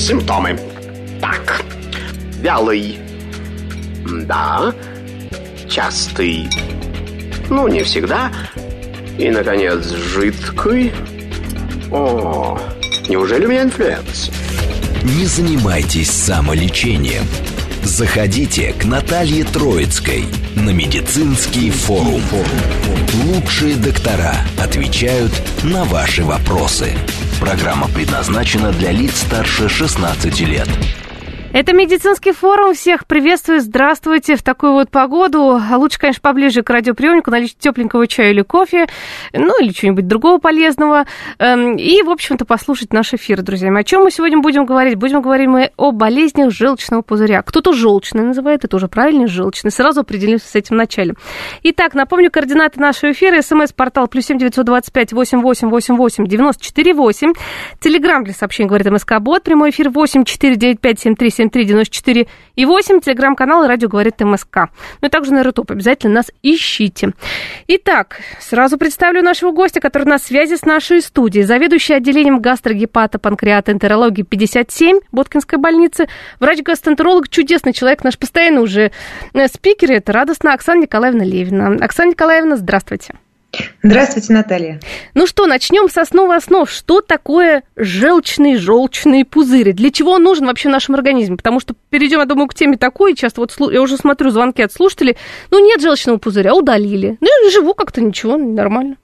Симптомы. Так, вялый. Да. Частый. Ну, не всегда. И, наконец, жидкий. О, неужели у меня инфлюенс? Не занимайтесь самолечением. Заходите к Наталье Троицкой на медицинский форум. Лучшие доктора отвечают на ваши вопросы. Программа предназначена для лиц старше 16 лет. Это медицинский форум. Всех приветствую. Здравствуйте в такую вот погоду. А лучше, конечно, поближе к радиоприемнику, налить тепленького чая или кофе, ну или чего-нибудь другого полезного. И, в общем-то, послушать наш эфир, друзья мои. О чем мы сегодня будем говорить? Будем говорить мы о болезнях желчного пузыря. Кто-то желчный называет, это уже правильно, желчный. Сразу определимся с этим в начале. Итак, напомню, координаты нашего эфира. СМС-портал +7 925 8888 94 8. Телеграм для сообщений говорит МСК-бот. Прямой эфир 8 495 73 94 и 8, телеграм-канал «Радио говорит МСК». Ну и также на Рутуб. Обязательно нас ищите. Итак, сразу представлю нашего гостя, который на связи с нашей студией. Заведующий отделением гастрогепата, панкреата, энтерологии 57 Боткинской больницы. Врач-гастроэнтеролог, чудесный человек, наш постоянный уже спикер. Это радостно. Оксана Николаевна Левина. Оксана Николаевна, здравствуйте. Здравствуйте, Наталья. Ну что, начнем с основы основ. Что такое желчный пузырь? Для чего он нужен вообще в нашем организме? Потому что перейдем, я думаю, к теме такой. Часто вот я уже смотрю звонки от слушателей. Ну, нет желчного пузыря, удалили. Ну, я живу как-то, ничего, нормально.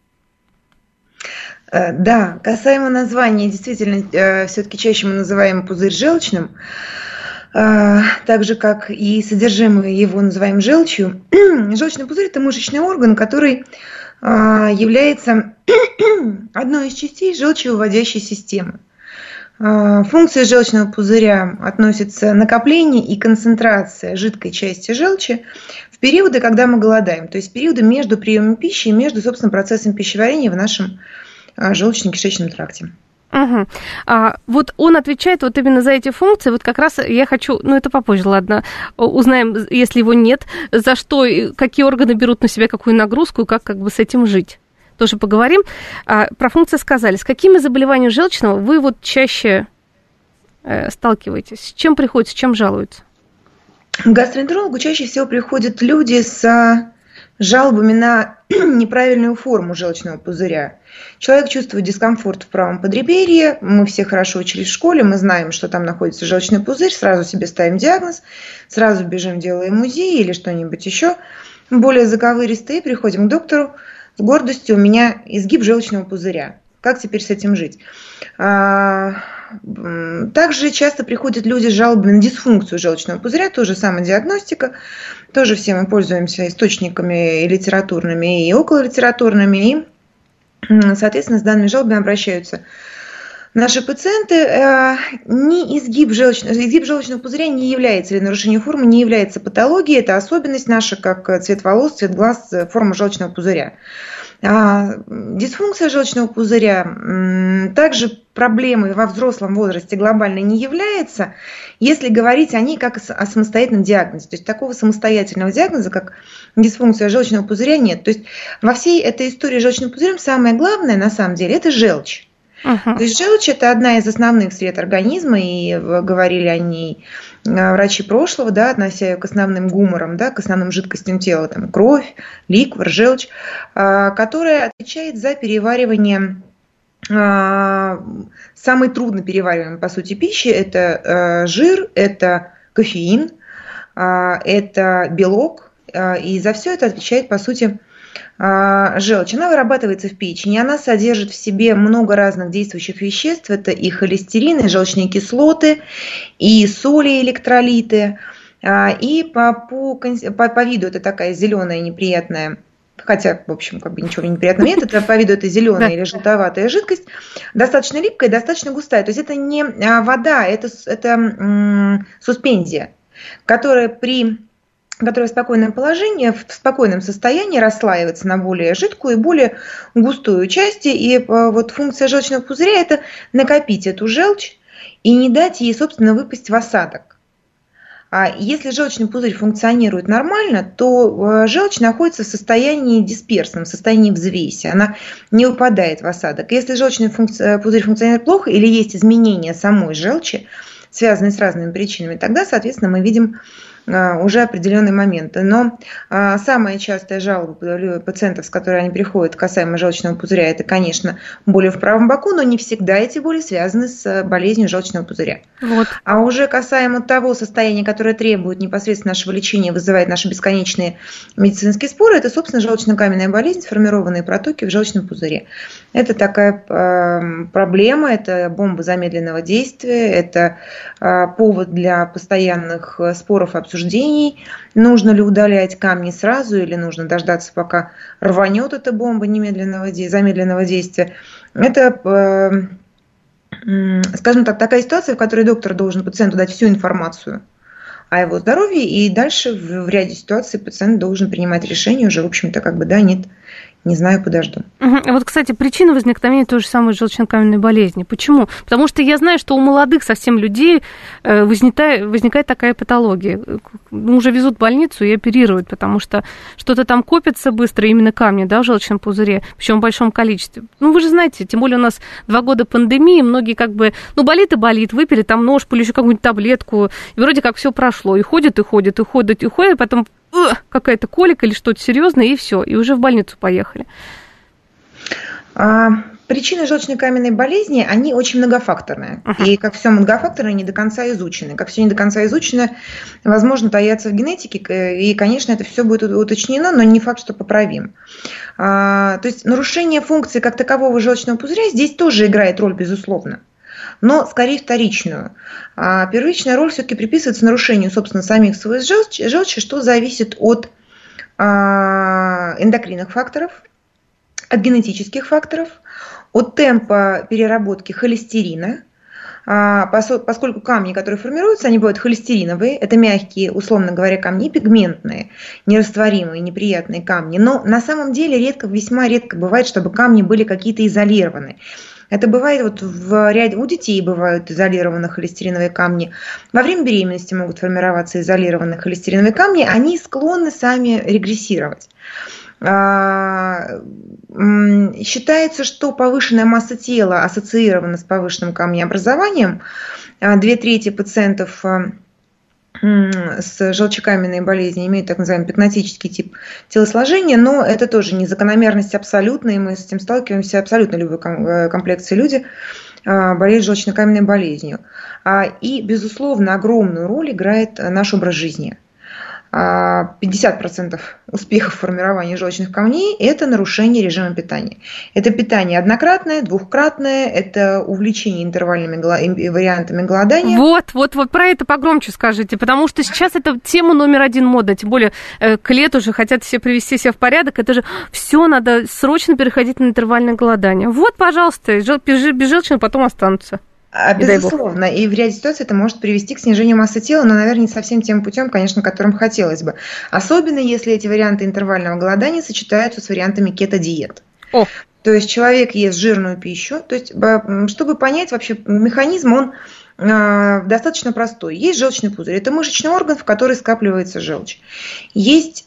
Да, касаемо названия, действительно, все-таки чаще мы называем пузырь желчным. Так же, как и содержимое его называем желчью. Желчный пузырь – это мышечный орган, который является одной из частей желчевыводящей системы. Функция желчного пузыря относится накопление и концентрация жидкой части желчи в периоды, когда мы голодаем, то есть периоды между приемом пищи и между, собственно, процессом пищеварения в нашем желудочно-кишечном тракте. Угу. Вот он отвечает вот именно за эти функции. Вот как раз я хочу, ну это попозже, ладно, узнаем, если его нет, за что, какие органы берут на себя какую нагрузку и как бы с этим жить. Тоже поговорим. Про функции сказали. С какими заболеваниями желчного вы вот чаще сталкиваетесь? С чем приходится, с чем жалуются? К гастроэнтерологу чаще всего приходят люди с жалобами на неправильную форму желчного пузыря. Человек чувствует дискомфорт в правом подреберье, мы все хорошо учились в школе, мы знаем, что там находится желчный пузырь, сразу себе ставим диагноз, сразу бежим, делаем УЗИ или что-нибудь еще более заковыристое, и приходим к доктору с гордостью: у меня изгиб желчного пузыря. Как теперь с этим жить? Также часто приходят люди с жалобами на дисфункцию желчного пузыря, тоже самодиагностика, тоже все мы пользуемся источниками и литературными, и окололитературными, и, соответственно, с данными жалобами обращаются наши пациенты. Изгиб желчного пузыря не является, или нарушение формы не является патологией, это особенность наша, как цвет волос, цвет глаз, форма желчного пузыря. Дисфункция желчного пузыря также проблемой во взрослом возрасте глобально не является, если говорить о ней как о самостоятельном диагнозе. То есть такого самостоятельного диагноза, как дисфункция желчного пузыря, нет. То есть во всей этой истории с желчным пузырем самое главное, на самом деле, это желчь. То есть желчь – это одна из основных сред организма, и говорили о ней врачи прошлого, да, относя ее к основным гуморам, да, к основным жидкостям тела, там, кровь, ликвор, желчь, которая отвечает за переваривание, самой трудно перевариваемой, по сути, пищи. Это жир, это кофеин, это белок, и за все это отвечает, по сути, желчь. Она вырабатывается в печени, она содержит в себе много разных действующих веществ. Это и холестерин, и желчные кислоты, и соли, электролиты. И по виду это такая зеленая неприятная, хотя, в общем, как бы ничего неприятного нет, это по виду это зеленая или желтоватая жидкость, достаточно липкая, достаточно густая. То есть это не вода, это суспензия, которая в спокойном положении, в спокойном состоянии расслаивается на более жидкую и более густую часть. И вот функция желчного пузыря – это накопить эту желчь и не дать ей, собственно, выпасть в осадок. А если желчный пузырь функционирует нормально, то желчь находится в состоянии дисперсном, в состоянии взвеси, она не упадает в осадок. Если желчный пузырь функционирует плохо или есть изменения самой желчи, связанные с разными причинами, тогда, соответственно, мы видим уже определенные моменты. Но самая частая жалоба пациентов, с которой они приходят касаемо желчного пузыря, это, конечно, боли в правом боку, но не всегда эти боли связаны с болезнью желчного пузыря. Вот. А уже касаемо того состояния, которое требует непосредственно нашего лечения, вызывает наши бесконечные медицинские споры, это, собственно, желчно-каменная болезнь, сформированные протоки в желчном пузыре. Это такая проблема, это бомба замедленного действия, это повод для постоянных споров и обсуждений. Нужно ли удалять камни сразу или нужно дождаться, пока рванет эта бомба замедленного действия. Это, скажем так, такая ситуация, в которой доктор должен пациенту дать всю информацию о его здоровье, и дальше в ряде ситуаций пациент должен принимать решение уже, в общем-то, да, нет, не знаю, подожду. Вот, кстати, причина возникновения той же самой желчно-каменной болезни. Почему? Потому что я знаю, что у молодых совсем людей возникает такая патология. Уже везут в больницу и оперируют, потому что что-то там копится быстро, именно камни, да, в желчном пузыре, причем в большом количестве. Вы же знаете, тем более у нас 2 года пандемии, многие болит и болит, выпили там нож, или еще какую-нибудь таблетку, и вроде как все прошло, и ходят, потом какая-то колика или что-то серьезное, и все, и уже в больницу поехали. Причины желчно-каменной болезни, они очень многофакторные. И как все многофакторное, не до конца изучены. Как все не до конца изучено, возможно, таятся в генетике, и, конечно, это все будет уточнено, но не факт, что поправим. То есть нарушение функции как такового желчного пузыря здесь тоже играет роль, безусловно, но скорее вторичную. Первичная роль все-таки приписывается нарушению, собственно, самих свойств желчи, что зависит от эндокринных факторов, от генетических факторов, от темпа переработки холестерина, поскольку камни, которые формируются, они бывают холестериновые, это мягкие, условно говоря, камни, и пигментные, нерастворимые, неприятные камни. Но на самом деле весьма редко бывает, чтобы камни были какие-то изолированы. Это бывает у детей бывают изолированные холестериновые камни. Во время беременности могут формироваться изолированные холестериновые камни. Они склонны сами регрессировать. Считается, что повышенная масса тела ассоциирована с повышенным камнеобразованием. 2/3 пациентов с желчекаменной болезнью имеют так называемый пегматический тип телосложения, но это тоже не закономерность абсолютная, и мы с этим сталкиваемся. Абсолютно любой комплекции люди болеют желчнокаменной болезнью. И, безусловно, огромную роль играет наш образ жизни. 50% успехов формирования желчных камней – это нарушение режима питания. Это питание однократное, двухкратное, это увлечение интервальными вариантами голодания. Вот про это погромче скажите, потому что сейчас это тема номер 1 мода, тем более к лету же хотят все привести себя в порядок, это же все надо срочно переходить на интервальное голодание. Вот, пожалуйста, безжелчные потом останутся. Безусловно, и в ряде ситуаций это может привести к снижению массы тела, но, наверное, не совсем тем путем, конечно, которым хотелось бы. Особенно, если эти варианты интервального голодания сочетаются с вариантами кето-диет. То есть человек ест жирную пищу, то есть, чтобы понять вообще механизм, он достаточно простой. Есть желчный пузырь, это мышечный орган, в который скапливается желчь. Есть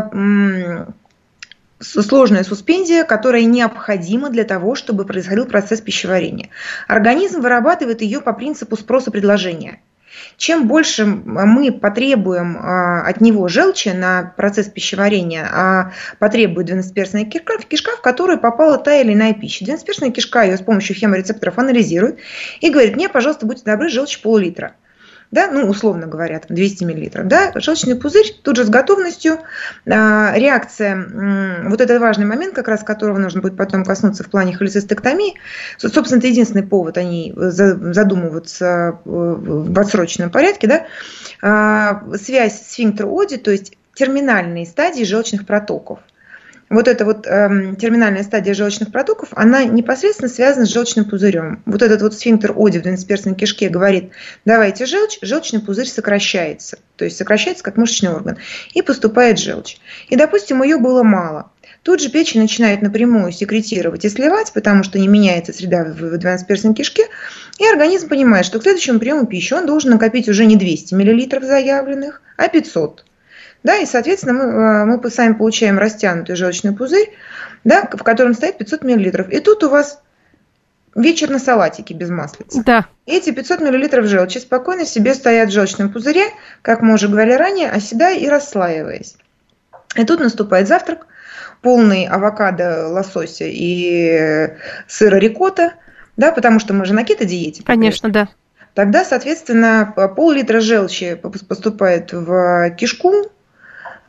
сложная суспензия, которая необходима для того, чтобы происходил процесс пищеварения. Организм вырабатывает ее по принципу спроса-предложения. Чем больше мы потребуем от него желчи на процесс пищеварения, а потребует двенадцатиперстная кишка, в которую попала та или иная пища. Двенадцатиперстная кишка ее с помощью хеморецепторов анализирует и говорит: мне, пожалуйста, будьте добры, желчи пол-литра. Да, условно говоря, 200 мл. Да, желчный пузырь тут же с готовностью. Реакция, вот это важный момент, как раз которого нужно будет потом коснуться в плане холецистектомии. Собственно, это единственный повод, они задумываются в отсроченном порядке. Да? Связь сфинктер-оди, то есть терминальные стадии желчных протоков. Вот эта терминальная стадия желчных протоков, она непосредственно связана с желчным пузырем. Вот этот сфинктер Оди в двенадцатиперстной кишке говорит: давайте желчь, желчный пузырь сокращается. То есть сокращается как мышечный орган. И поступает желчь. И, допустим, ее было мало. Тут же печень начинает напрямую секретировать и сливать, потому что не меняется среда в двенадцатиперстной кишке. И организм понимает, что к следующему приему пищи он должен накопить уже не 200 мл заявленных, а 500. Да, и, соответственно, мы сами получаем растянутый желчный пузырь, да, в котором стоит 500 мл. И тут у вас вечер на салатике без маслица. Да. Эти 500 мл желчи спокойно себе стоят в желчном пузыре, как мы уже говорили ранее, оседая и расслаиваясь. И тут наступает завтрак, полный авокадо, лосося и сыра рикотта, да, потому что мы же на кето-диете. Конечно, да. Тогда, соответственно, пол-литра желчи поступает в кишку, у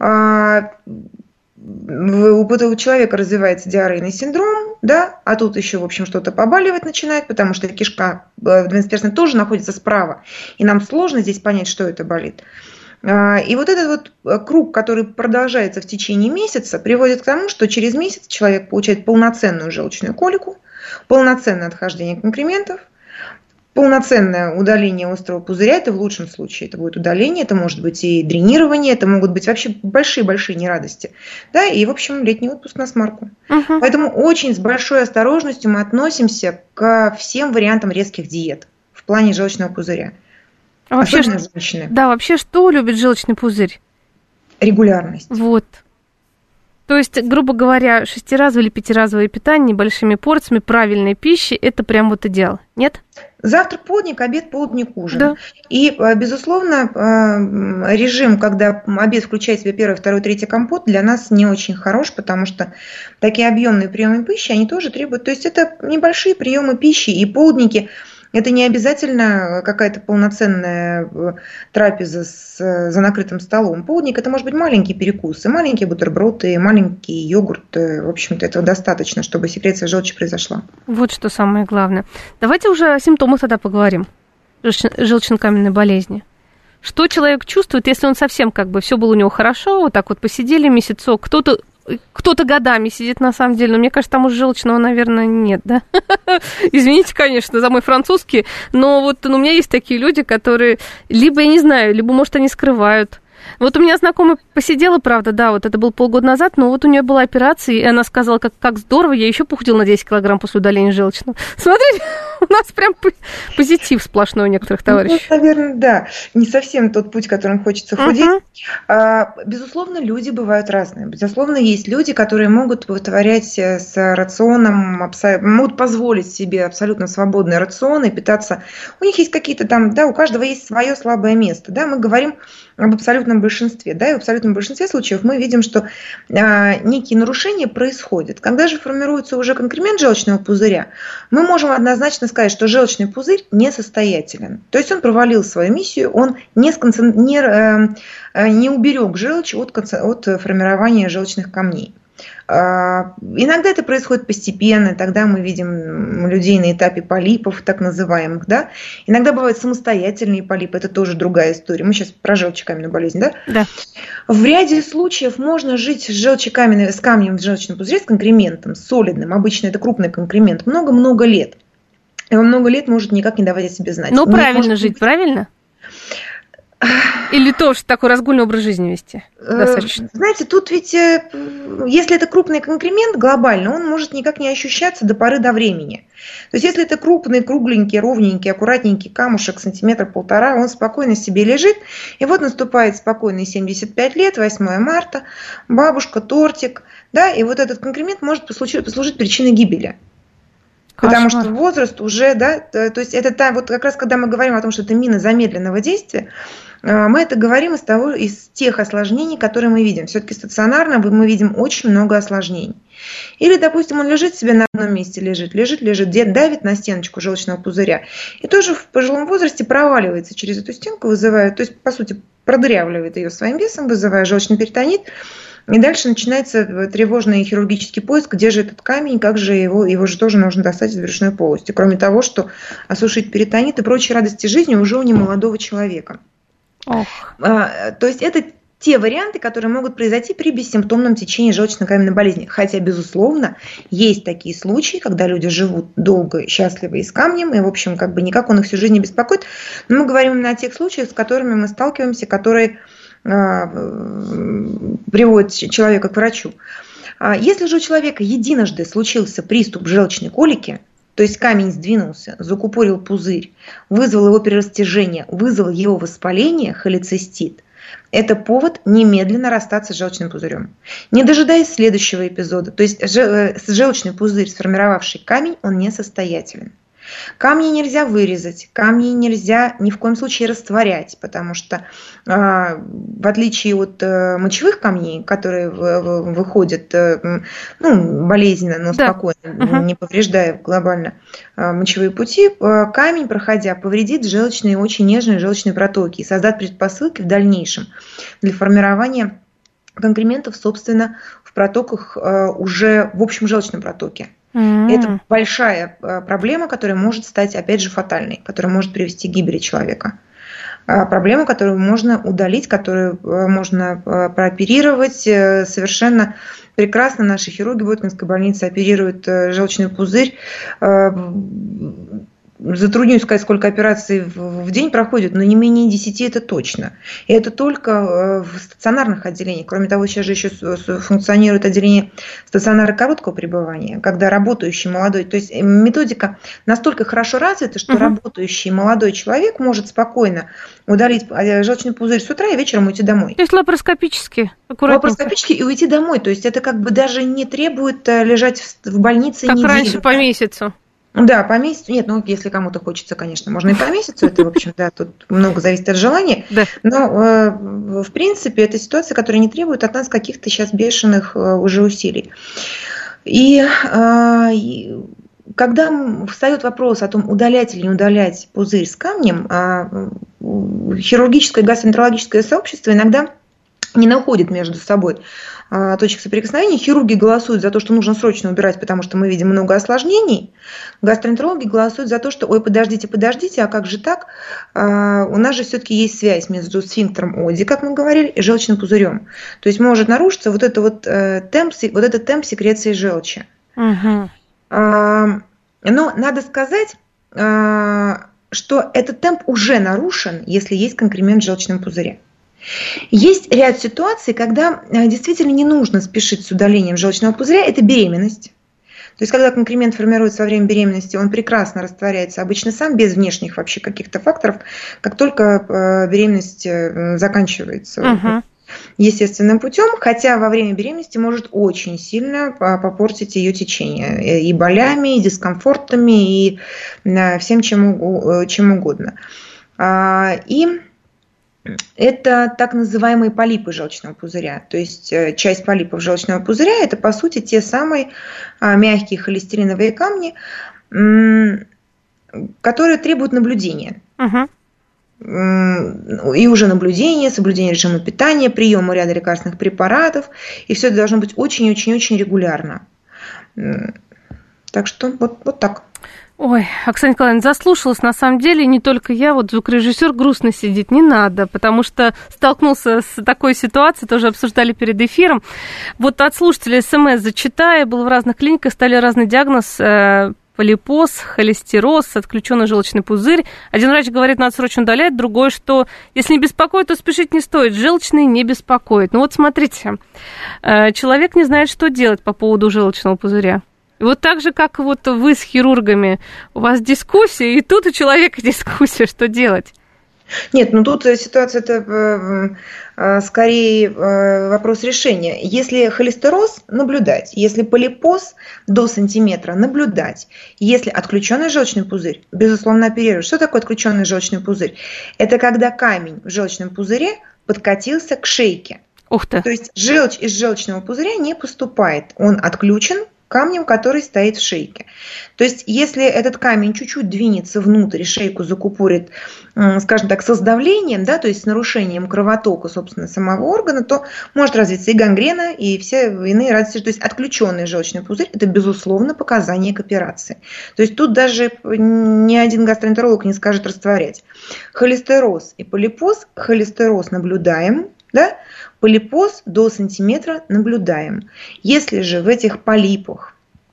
этого человека развивается диарейный синдром, да, а тут еще, в общем, что-то побаливать начинает, потому что кишка двенадцатиперстная тоже находится справа, и нам сложно здесь понять, что это болит. И вот этот вот круг, который продолжается в течение месяца, приводит к тому, что через месяц человек получает полноценную желчную колику, полноценное отхождение конкрементов, полноценное удаление острого пузыря, это в лучшем случае, это будет удаление, это может быть и дренирование, это могут быть вообще большие-большие нерадости. Да, и, в общем, летний отпуск на смарку. Поэтому очень с большой осторожностью мы относимся ко всем вариантам резких диет в плане желчного пузыря. А вообще, особенно женщины. Да, вообще, что любит желчный пузырь? Регулярность. Вот. То есть, грубо говоря, 6-разовое или 5-разовое питание небольшими порциями правильной пищи – это прям вот идеал, нет? Завтрак, полдник, обед, полдник, ужин. Да. И, безусловно, режим, когда обед включает в себя первый, второй, третий компот, для нас не очень хорош, потому что такие объемные приемы пищи, они тоже требуют. То есть это небольшие приемы пищи и полдники. Это не обязательно какая-то полноценная трапеза за накрытым столом. Полдник – это может быть маленькие перекусы, маленькие бутерброды, маленький йогурт. В общем-то, этого достаточно, чтобы секреция желчи произошла. Вот что самое главное. Давайте уже о симптомах тогда поговорим. Желчно-каменной болезни. Что человек чувствует, если он совсем как бы все было у него хорошо, вот так вот посидели месяцок, кто-то годами сидит, на самом деле, но мне кажется, там уже желчного, наверное, нет, да? Извините, конечно, за мой французский, но вот у меня есть такие люди, которые либо, я не знаю, либо, может, они скрывают. Вот у меня знакомая посидела, правда, да, вот это было полгода назад, но вот у нее была операция, и она сказала, как здорово, я еще похудела на 10 килограмм после удаления желчного. Смотрите, у нас прям позитив сплошной у некоторых товарищей. Ну, наверное, да, не совсем тот путь, которым хочется худеть. Безусловно, люди бывают разные. Безусловно, есть люди, которые могут вытворять с рационом, могут позволить себе абсолютно свободный рацион и питаться. У них есть какие-то там, да, у каждого есть свое слабое место, да, мы говорим об абсолютном большинстве, да, и в абсолютном большинстве случаев мы видим, что некие нарушения происходят. Когда же формируется уже конкремент желчного пузыря, мы можем однозначно сказать, что желчный пузырь несостоятелен. То есть он провалил свою миссию, он не уберег желчь от формирования желчных камней. Иногда это происходит постепенно, тогда мы видим людей на этапе полипов, так называемых, да. Иногда бывают самостоятельные полипы, это тоже другая история. Мы сейчас про желчекаменную болезнь, да? Да. В ряде случаев можно жить с камнем в желчном пузыре, с конкрементом, с солидным, обычно это крупный конкремент, много-много лет. И он много лет может никак не давать о себе знать. Но правильно жить, правильно? Или тоже такой разгульный образ жизни вести? Достаточно. Знаете, тут ведь, если это крупный конкремент глобально, он может никак не ощущаться до поры до времени. То есть, если это крупный, кругленький, ровненький, аккуратненький камушек, 1-1,5 сантиметра, он спокойно себе лежит, и вот наступает спокойный 75 лет, 8 марта, бабушка, тортик, да, и вот этот конкремент может послужить причиной гибели. Потому что возраст уже, да, то есть это вот как раз когда мы говорим о том, что это мина замедленного действия, мы это говорим из тех осложнений, которые мы видим. Все-таки стационарно мы видим очень много осложнений. Или, допустим, он лежит себе на одном месте, лежит, давит на стеночку желчного пузыря. И тоже в пожилом возрасте проваливается через эту стенку, вызывая, то есть, по сути, продырявливает ее своим весом, вызывая желчный перитонит. И дальше начинается тревожный хирургический поиск, где же этот камень, как же его же тоже нужно достать из брюшной полости. Кроме того, что осушить перитонит и прочие радости жизни уже у немолодого человека. То есть это те варианты, которые могут произойти при бессимптомном течении желчно-каменной болезни. Хотя, безусловно, есть такие случаи, когда люди живут долго, счастливо и с камнем, и, в общем, как бы никак он их всю жизнь не беспокоит. Но мы говорим именно о тех случаях, с которыми мы сталкиваемся, которые приводит человека к врачу. Если же у человека единожды случился приступ желчной колики, то есть камень сдвинулся, закупорил пузырь, вызвал его перерастяжение, вызвал его воспаление, холецистит, это повод немедленно расстаться с желчным пузырем. Не дожидаясь следующего эпизода. То есть желчный пузырь, сформировавший камень, он несостоятелен. Камни нельзя вырезать, камни нельзя ни в коем случае растворять, потому что в отличие от мочевых камней, которые выходят болезненно, но спокойно, не повреждая глобально мочевые пути, камень, проходя, повредит желчные, очень нежные желчные протоки и создаст предпосылки в дальнейшем для формирования конкрементов, собственно, в протоках уже в общем желчном протоке. Это большая проблема, которая может стать, опять же, фатальной, которая может привести к гибели человека. Проблема, которую можно удалить, которую можно прооперировать. Совершенно прекрасно наши хирурги в Боткинской больнице оперируют желчный пузырь. Затруднюсь сказать, сколько операций в день проходит, но не менее 10 это точно. И это только в стационарных отделениях. Кроме того, сейчас же еще функционирует отделение стационара короткого пребывания, когда работающий молодой, то есть методика настолько хорошо развита, что работающий молодой человек может спокойно удалить желчный пузырь с утра и вечером уйти домой. То есть лапароскопически, аккуратненько. Лапароскопически и уйти домой. То есть это как бы даже не требует лежать в больнице как неделю. Как раньше по месяцу. Да, по месяцу. Нет, если кому-то хочется, конечно, можно и по месяцу. Это, в общем, да, тут много зависит от желания. Да. Но, в принципе, это ситуация, которая не требует от нас каких-то сейчас бешеных уже усилий. И когда встает вопрос о том, удалять или не удалять пузырь с камнем, хирургическое и гастроэнтерологическое сообщество иногда не находит между собой точек соприкосновения. Хирурги голосуют за то, что нужно срочно убирать, потому что мы видим много осложнений. Гастроэнтерологи голосуют за то, что ой, подождите, а как же так? У нас же все-таки есть связь между сфинктером Оди, как мы говорили, и желчным пузырем. То есть может нарушиться вот этот темп секреции желчи. Но надо сказать, что этот темп уже нарушен, если есть конкремент в желчном пузыре. Есть ряд ситуаций, когда действительно не нужно спешить с удалением желчного пузыря. Это беременность. То есть, когда конкремент формируется во время беременности, он прекрасно растворяется обычно сам, без внешних вообще каких-то факторов, как только беременность заканчивается естественным путем, хотя во время беременности может очень сильно попортить ее течение и болями, и дискомфортами, и всем чем угодно. И это так называемые полипы желчного пузыря. То есть часть полипов желчного пузыря – это, по сути, те самые мягкие холестериновые камни, которые требуют наблюдения. И уже наблюдение, соблюдение режима питания, приема ряда лекарственных препаратов. И все это должно быть очень-очень-очень регулярно. Так что вот так. Ой, Оксана Николаевна, заслушалась, на самом деле, не только я, вот звукорежиссер грустно сидит, не надо, потому что столкнулся с такой ситуацией, тоже обсуждали перед эфиром. Вот от слушателей СМС зачитаю, был в разных клиниках, стали разный диагноз, полипоз, холестероз, отключенный желчный пузырь. Один врач говорит, надо срочно удалять, другой, что если не беспокоит, то спешить не стоит, желчный не беспокоит. Ну вот смотрите, человек не знает, что делать по поводу желчного пузыря. И вот так же, как вот вы с хирургами, у вас дискуссия, и тут у человека дискуссия, что делать? Нет, тут ситуация это скорее вопрос решения. Если холестероз, наблюдать. Если полипоз до сантиметра, наблюдать. Если отключенный желчный пузырь, безусловно, оперировать. Что такое отключенный желчный пузырь? Это когда камень в желчном пузыре подкатился к шейке. Ух ты. То есть желчь из желчного пузыря не поступает. Он отключен камнем, который стоит в шейке. То есть, если этот камень чуть-чуть двинется внутрь, шейку закупорит, скажем так, со сдавлением, да, то есть с нарушением кровотока, собственно, самого органа, то может развиться и гангрена, и все иные радости. То есть, отключенный желчный пузырь – это, безусловно, показание к операции. То есть, тут даже ни один гастроэнтеролог не скажет растворять. Холестероз и полипоз. Холестероз наблюдаем, да? Полипоз до сантиметра наблюдаем. Если же в этих полипах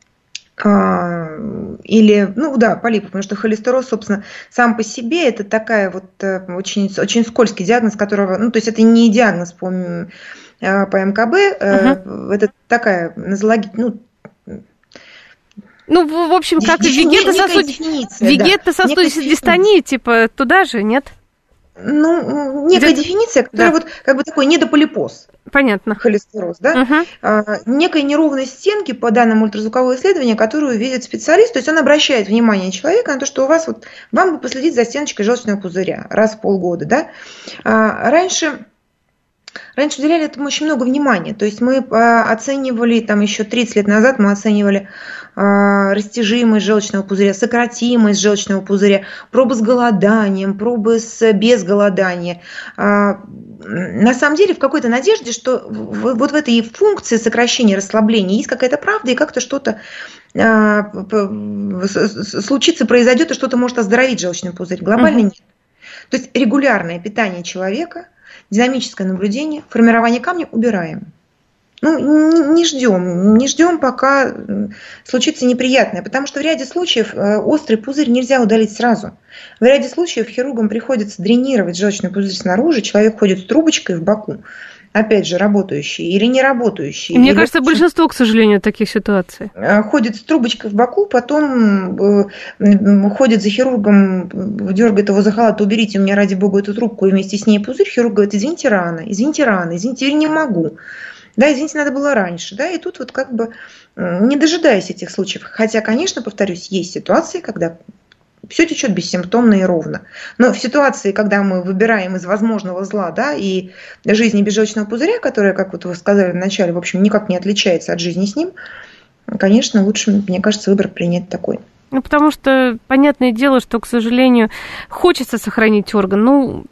полипов, потому что холестероз, собственно, сам по себе это такая вот очень, очень скользкий диагноз, которого, то есть это не диагноз по МКБ, это такая нозология, Ну, в общем, как вегетососудистая дистония, типа, туда же, нет? Ну, некая дефиниция, которая вот как бы такой недополипоз. Понятно. Холестероз, да? Некая неровность стенки по данным ультразвукового исследования, которую видит специалист, то есть он обращает внимание человека на то, что у вас вот, вам бы последить за стеночкой желчного пузыря раз в полгода, да? Раньше уделяли этому очень много внимания. То есть мы оценивали, там еще 30 лет назад мы оценивали растяжимость желчного пузыря, сократимость желчного пузыря, пробы с голоданием, пробы без голодания. На самом деле в какой-то надежде, что вот в этой функции сокращения, расслабления есть какая-то правда, и как-то что-то случится, произойдет, и что-то может оздоровить желчный пузырь. Глобально нет. То есть регулярное питание человека, динамическое наблюдение, формирование камня убираем. Ну, не ждем, пока случится неприятное, потому что в ряде случаев острый пузырь нельзя удалить сразу. В ряде случаев хирургам приходится дренировать желчный пузырь снаружи, человек ходит с трубочкой в боку, опять же, работающий или не работающий. Мне кажется, большинство, к сожалению, таких ситуаций. Ходит с трубочкой в боку, потом ходит за хирургом, дергает его за халат: уберите у меня, ради бога, эту трубку, и вместе с ней пузырь. Хирург говорит: извините, рано, теперь не могу. Да, извините, надо было раньше. Да, и тут вот как бы не дожидаясь этих случаев. Хотя, конечно, повторюсь, есть ситуации, когда все течет бессимптомно и ровно. Но в ситуации, когда мы выбираем из возможного зла, да, и жизни без желчного пузыря, которая, как вот вы сказали в начале, в общем, никак не отличается от жизни с ним, конечно, лучше, мне кажется, выбор принять такой. Ну, потому что, понятное дело, что, к сожалению, хочется сохранить орган.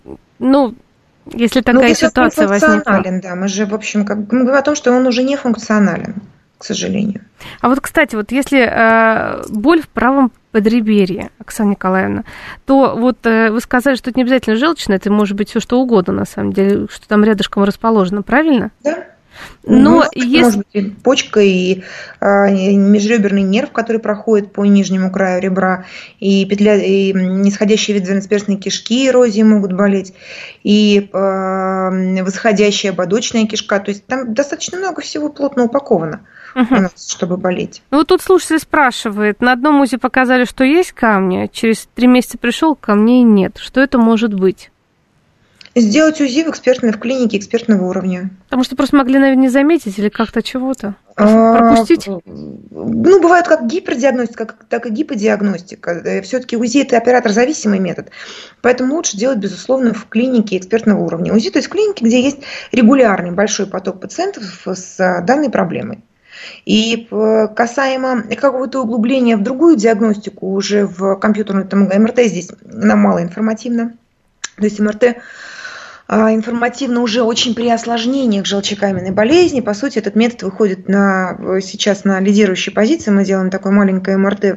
Если такая ситуация возникла. Да, мы же, в общем, мы говорим о том, что он уже не функционален, к сожалению. А вот, кстати, вот если боль в правом подреберье, Оксана Николаевна, то вот вы сказали, что это не обязательно желчное, это может быть все что угодно, на самом деле, что там рядышком расположено, правильно? Да. Но может быть и почка, и межреберный нерв, который проходит по нижнему краю ребра, и петля, и нисходящие ветви двенадцатиперстной кишки, эрозии могут болеть, и восходящая ободочная кишка. То есть там достаточно много всего плотно упаковано у нас, чтобы болеть. Ну, вот тут слушатель спрашивает: на одном УЗИ показали, что есть камни, через 3 месяца пришел, камней нет. Что это может быть? Сделать УЗИ в клинике экспертного уровня. Потому что просто могли, наверное, не заметить или как-то чего-то пропустить? Ну, бывает как гипердиагностика, так и гиподиагностика. Все-таки УЗИ – это оператор-зависимый метод. Поэтому лучше делать, безусловно, в клинике экспертного уровня. УЗИ, то есть в клинике, где есть регулярный большой поток пациентов с данной проблемой. И касаемо какого-то углубления в другую диагностику, уже в компьютерную МРТ, здесь нам мало информативно. То есть МРТ информативно уже очень при осложнениях желчекаменной болезни. По сути, этот метод выходит сейчас на лидирующей позиции. Мы делаем такое маленькое МРТ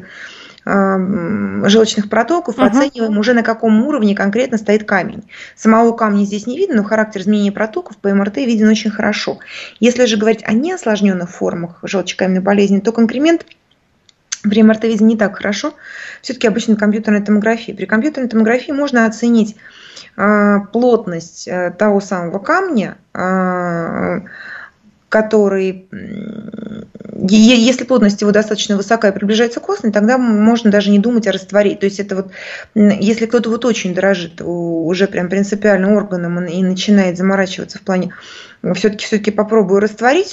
желчных протоков, оцениваем уже, на каком уровне конкретно стоит камень. Самого камня здесь не видно, но характер изменения протоков по МРТ виден очень хорошо. Если же говорить о неосложненных формах желчекаменной болезни, то конкремент при МРТ виден не так хорошо. Все-таки обычно компьютерная томография. При компьютерной томографии можно оценить плотность того самого камня, который, если плотность его достаточно высокая и приближается к костной, тогда можно даже не думать о растворении. То есть это вот, если кто-то вот очень дорожит уже прям принципиально органом и начинает заморачиваться в плане все-таки попробую растворить,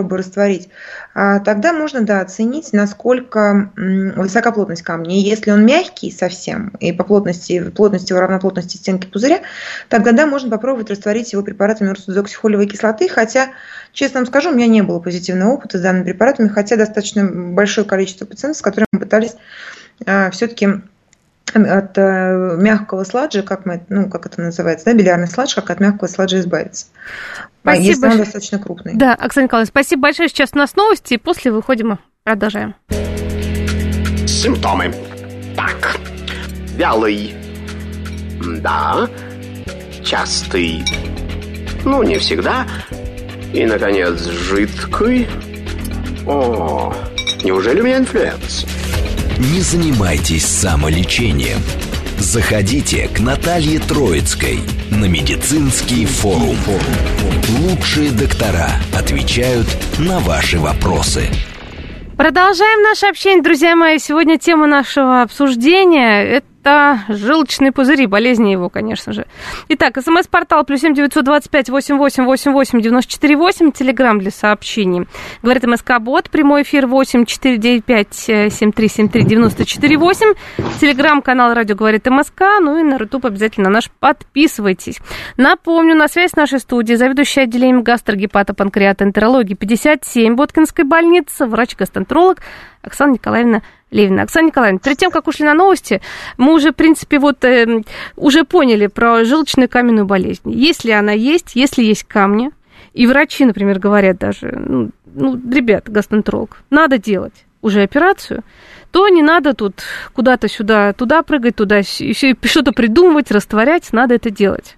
тогда можно, да, оценить, насколько высока плотность камня. И если он мягкий совсем, и по плотности его равна плотности стенки пузыря, тогда, да, можно попробовать растворить его препаратами урсодезоксихолевой кислоты, хотя, честно вам скажу, у меня не было позитивного опыта с данными препаратами, хотя достаточно большое количество пациентов, с которыми мы пытались все-таки от мягкого сладжа, как это называется, да, билиарный сладж, как от мягкого сладжа избавиться. Спасибо. Если он достаточно крупный. Да, Оксана Николаевна, спасибо большое. Сейчас у нас новости, и после выходим и продолжаем. Симптомы. Так, вялый. Да. Частый. Ну, не всегда. И, наконец, жидкий. О, неужели у меня инфлюенс? Не занимайтесь самолечением. Заходите к Наталье Троицкой на медицинский форум. Лучшие доктора отвечают на ваши вопросы. Продолжаем наше общение, друзья мои. Сегодня тема нашего обсуждения – это желчные пузыри, болезни его, конечно же. Итак, СМС-портал +7 925 88 88 94 8, телеграм для сообщений. Говорит МСК-бот, прямой эфир 8 495 73 73 94 8. Телеграм-канал «Радио говорит МСК», ну и на Рутуб обязательно наш подписывайтесь. Напомню, на связь с нашей студии заведующая отделением гастрогепатопанкреатоэнтерологии 57 Боткинской больницы, врач-гастроэнтеролог Оксана Николаевна Левина. Оксана Николаевна, перед тем, как ушли на новости, мы уже, в принципе, уже поняли про желчную-каменную болезнь. Если она есть, если есть камни, и врачи, например, говорят даже, ребят, гастроэнтеролог, надо делать уже операцию, то не надо тут куда-то сюда, туда прыгать, туда, что-то придумывать, растворять, надо это делать.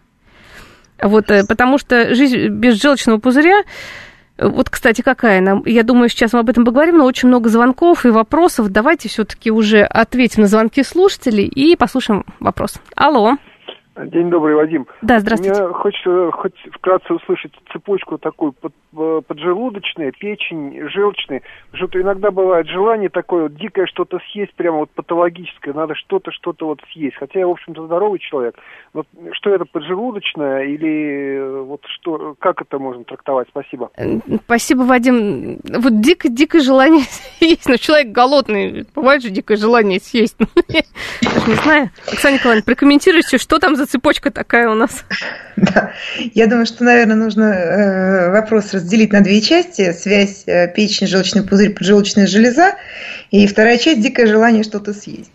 Потому что жизнь без желчного пузыря, кстати, какая она? Я думаю, сейчас мы об этом поговорим, но очень много звонков и вопросов. Давайте все-таки уже ответим на звонки слушателей и послушаем вопрос. Алло. День добрый, Вадим. Да, здравствуйте. Мне хочется хоть вкратце услышать цепочку такую поджелудочная, печень, желчная. Что-то иногда бывает желание такое дикое что-то съесть, прямо патологическое, надо что-то съесть. Хотя я, в общем-то, здоровый человек. Но что это, поджелудочное или что, как это можно трактовать? Спасибо. Спасибо, Вадим. Дикое желание съесть. Но человек голодный, бывает же дикое желание съесть. Я даже не знаю. Оксана Николаевна, прокомментируйте, что там за цепочка такая у нас? Да, я думаю, что, наверное, нужно вопрос разделить на две части. Связь печень, желчный пузырь, поджелудочная железа. И вторая часть – дикое желание что-то съесть.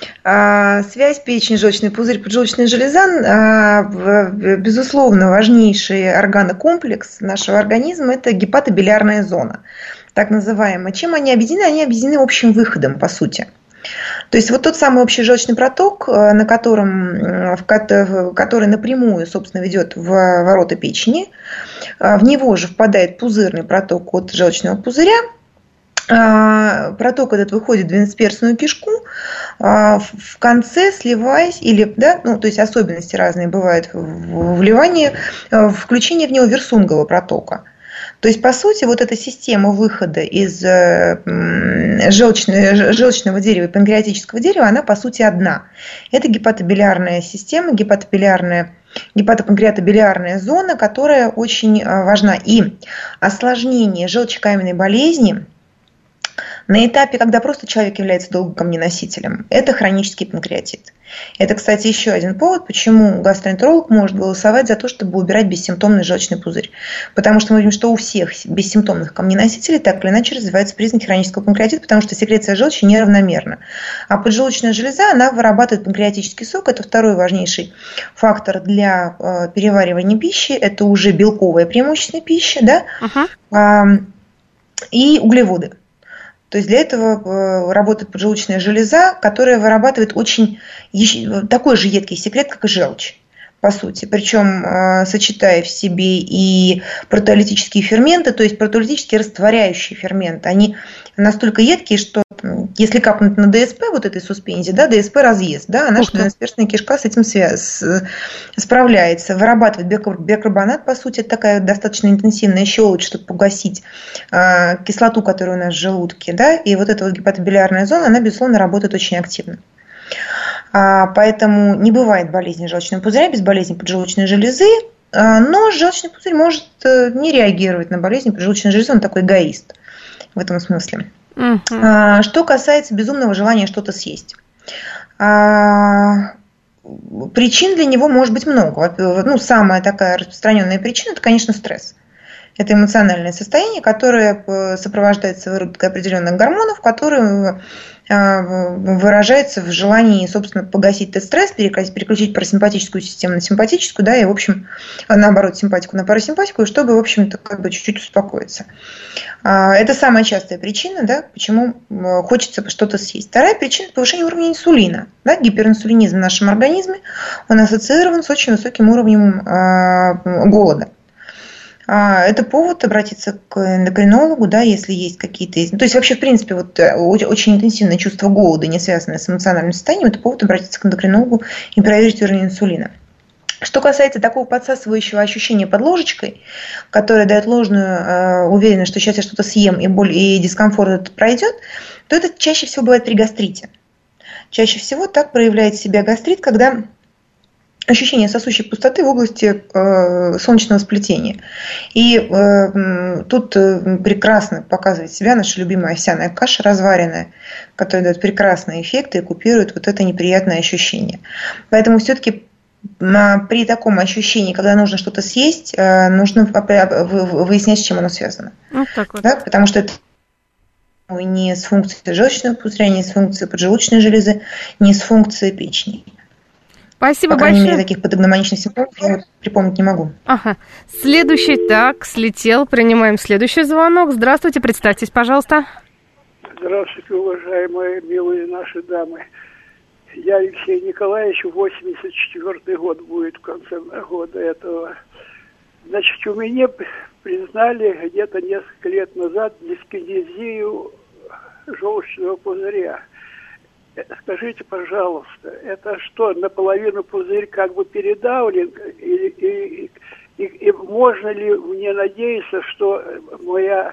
Связь печень, желчный пузырь, поджелудочная железа, безусловно, важнейший органокомплекс нашего организма – это гепатобилиарная зона, так называемая. Чем они объединены? Они объединены общим выходом, по сути. То есть тот самый общий желчный проток, который напрямую, собственно, ведет в ворота печени, в него же впадает пузырный проток от желчного пузыря. Проток этот выходит в двенадцатиперстную кишку, в конце сливаясь, то есть особенности разные бывают в вливании, включение в него версунгового протока. То есть, по сути, эта система выхода из желчного дерева и панкреатического дерева, она, по сути, одна. Это гепатобилиарная система, гепатопанкреатобилиарная зона, которая очень важна. И осложнение желчекаменной болезни на этапе, когда просто человек является долгим камненосителем, это хронический панкреатит. Это, кстати, еще один повод, почему гастроэнтеролог может голосовать за то, чтобы убирать бессимптомный желчный пузырь. Потому что мы видим, что у всех бессимптомных камненосителей так или иначе развиваются признаки хронического панкреатита, потому что секреция желчи неравномерна. А поджелудочная железа, она вырабатывает панкреатический сок. Это второй важнейший фактор для переваривания пищи. Это уже белковая преимущественно пища, да? И углеводы. То есть для этого работает поджелудочная железа, которая вырабатывает такой же едкий секрет, как и желчь, по сути. Причем сочетая в себе и протеолитические ферменты, то есть протеолитические растворяющие ферменты. Они настолько едкие, что если капнуть на ДСП, этой суспензии, да, ДСП разъест, да, наша двенадцатиперстная кишка с этим справляется. Вырабатывает бикарбонат, по сути, это такая достаточно интенсивная щелочь, чтобы погасить кислоту, которая у нас в желудке, да, и эта гепатобилиарная зона, она, безусловно, работает очень активно. Поэтому не бывает болезни желчного пузыря без болезни поджелудочной железы, но желчный пузырь может не реагировать на болезни поджелудочной железы, он такой эгоист в этом смысле. Что касается безумного желания что-то съесть. Причин для него может быть много. Самая такая распространенная причина – это, конечно, стресс. Это эмоциональное состояние, которое сопровождается выработкой определенных гормонов, которые выражается в желании, собственно, погасить этот стресс, переключить парасимпатическую систему на симпатическую, да, и, в общем, наоборот, симпатику на парасимпатику, чтобы, в общем-то, чуть-чуть успокоиться. Это самая частая причина, да, почему хочется что-то съесть. Вторая причина – повышение уровня инсулина. Да, гиперинсулинизм в нашем организме, он ассоциирован с очень высоким уровнем голода. Это повод обратиться к эндокринологу, да, если есть какие-то... То есть вообще, в принципе, очень интенсивное чувство голода, не связанное с эмоциональным состоянием, это повод обратиться к эндокринологу и проверить уровень инсулина. Что касается такого подсасывающего ощущения под ложечкой, которое дает ложную уверенность, что сейчас я что-то съем и боль и дискомфорт этот пройдет, то это чаще всего бывает при гастрите. Чаще всего так проявляет себя гастрит, когда ощущение сосущей пустоты в области солнечного сплетения. И тут прекрасно показывает себя наша любимая овсяная каша разваренная, которая дает прекрасные эффекты и купирует вот это неприятное ощущение. Поэтому все-таки при таком ощущении, когда нужно что-то съесть, нужно выяснять, с чем оно связано. Вот так вот. Да? Потому что это не с функцией желчного пузыря, не с функцией поджелудочной железы, не с функцией печени. Спасибо большое. По крайней мере, таких патогномоничных симптомов я припомнить не могу. Ага. Следующий, так, слетел. Принимаем следующий звонок. Здравствуйте, представьтесь, пожалуйста. Здравствуйте, уважаемые, милые наши дамы. Я Алексей Николаевич, 84-й год будет в конце года этого. Значит, у меня признали где-то несколько лет назад дискинезию желчного пузыря. Скажите, пожалуйста, это что, наполовину пузырь как бы передавлен? И можно ли мне надеяться, что моя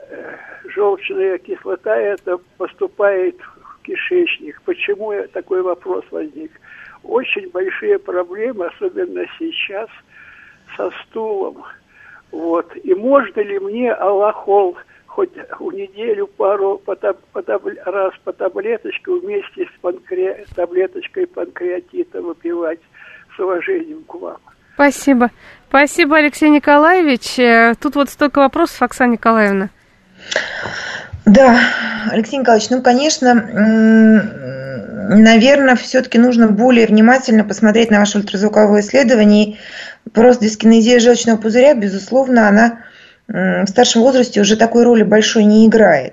желчная кислота это поступает в кишечник? Почему такой вопрос возник? Очень большие проблемы, особенно сейчас, со стулом. Вот. И можно ли мне аллохол хоть в неделю пару раз по таблеточке вместе с таблеточкой панкреатита выпивать? С уважением к вам. Спасибо. Спасибо, Алексей Николаевич. Тут вот столько вопросов, Оксана Николаевна. Да, Алексей Николаевич, ну, конечно, наверное, все-таки нужно более внимательно посмотреть на ваше ультразвуковое исследование. Просто дискинезия желчного пузыря, безусловно, она в старшем возрасте уже такой роли большой не играет.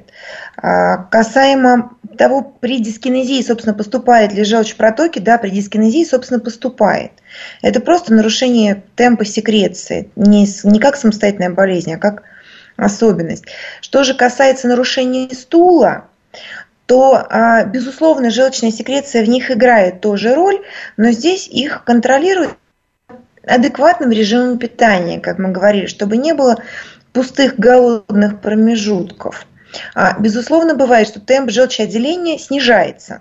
Касаемо того, при дискинезии, собственно, поступает ли желчь в протоке, да, при дискинезии, собственно, поступает. Это просто нарушение темпа секреции, не как самостоятельная болезнь, а как особенность. Что же касается нарушения стула, то, безусловно, желчная секреция в них играет тоже роль, но здесь их контролируют адекватным режимом питания, как мы говорили, чтобы не было пустых голодных промежутков. Безусловно, бывает, что темп желчеотделения снижается.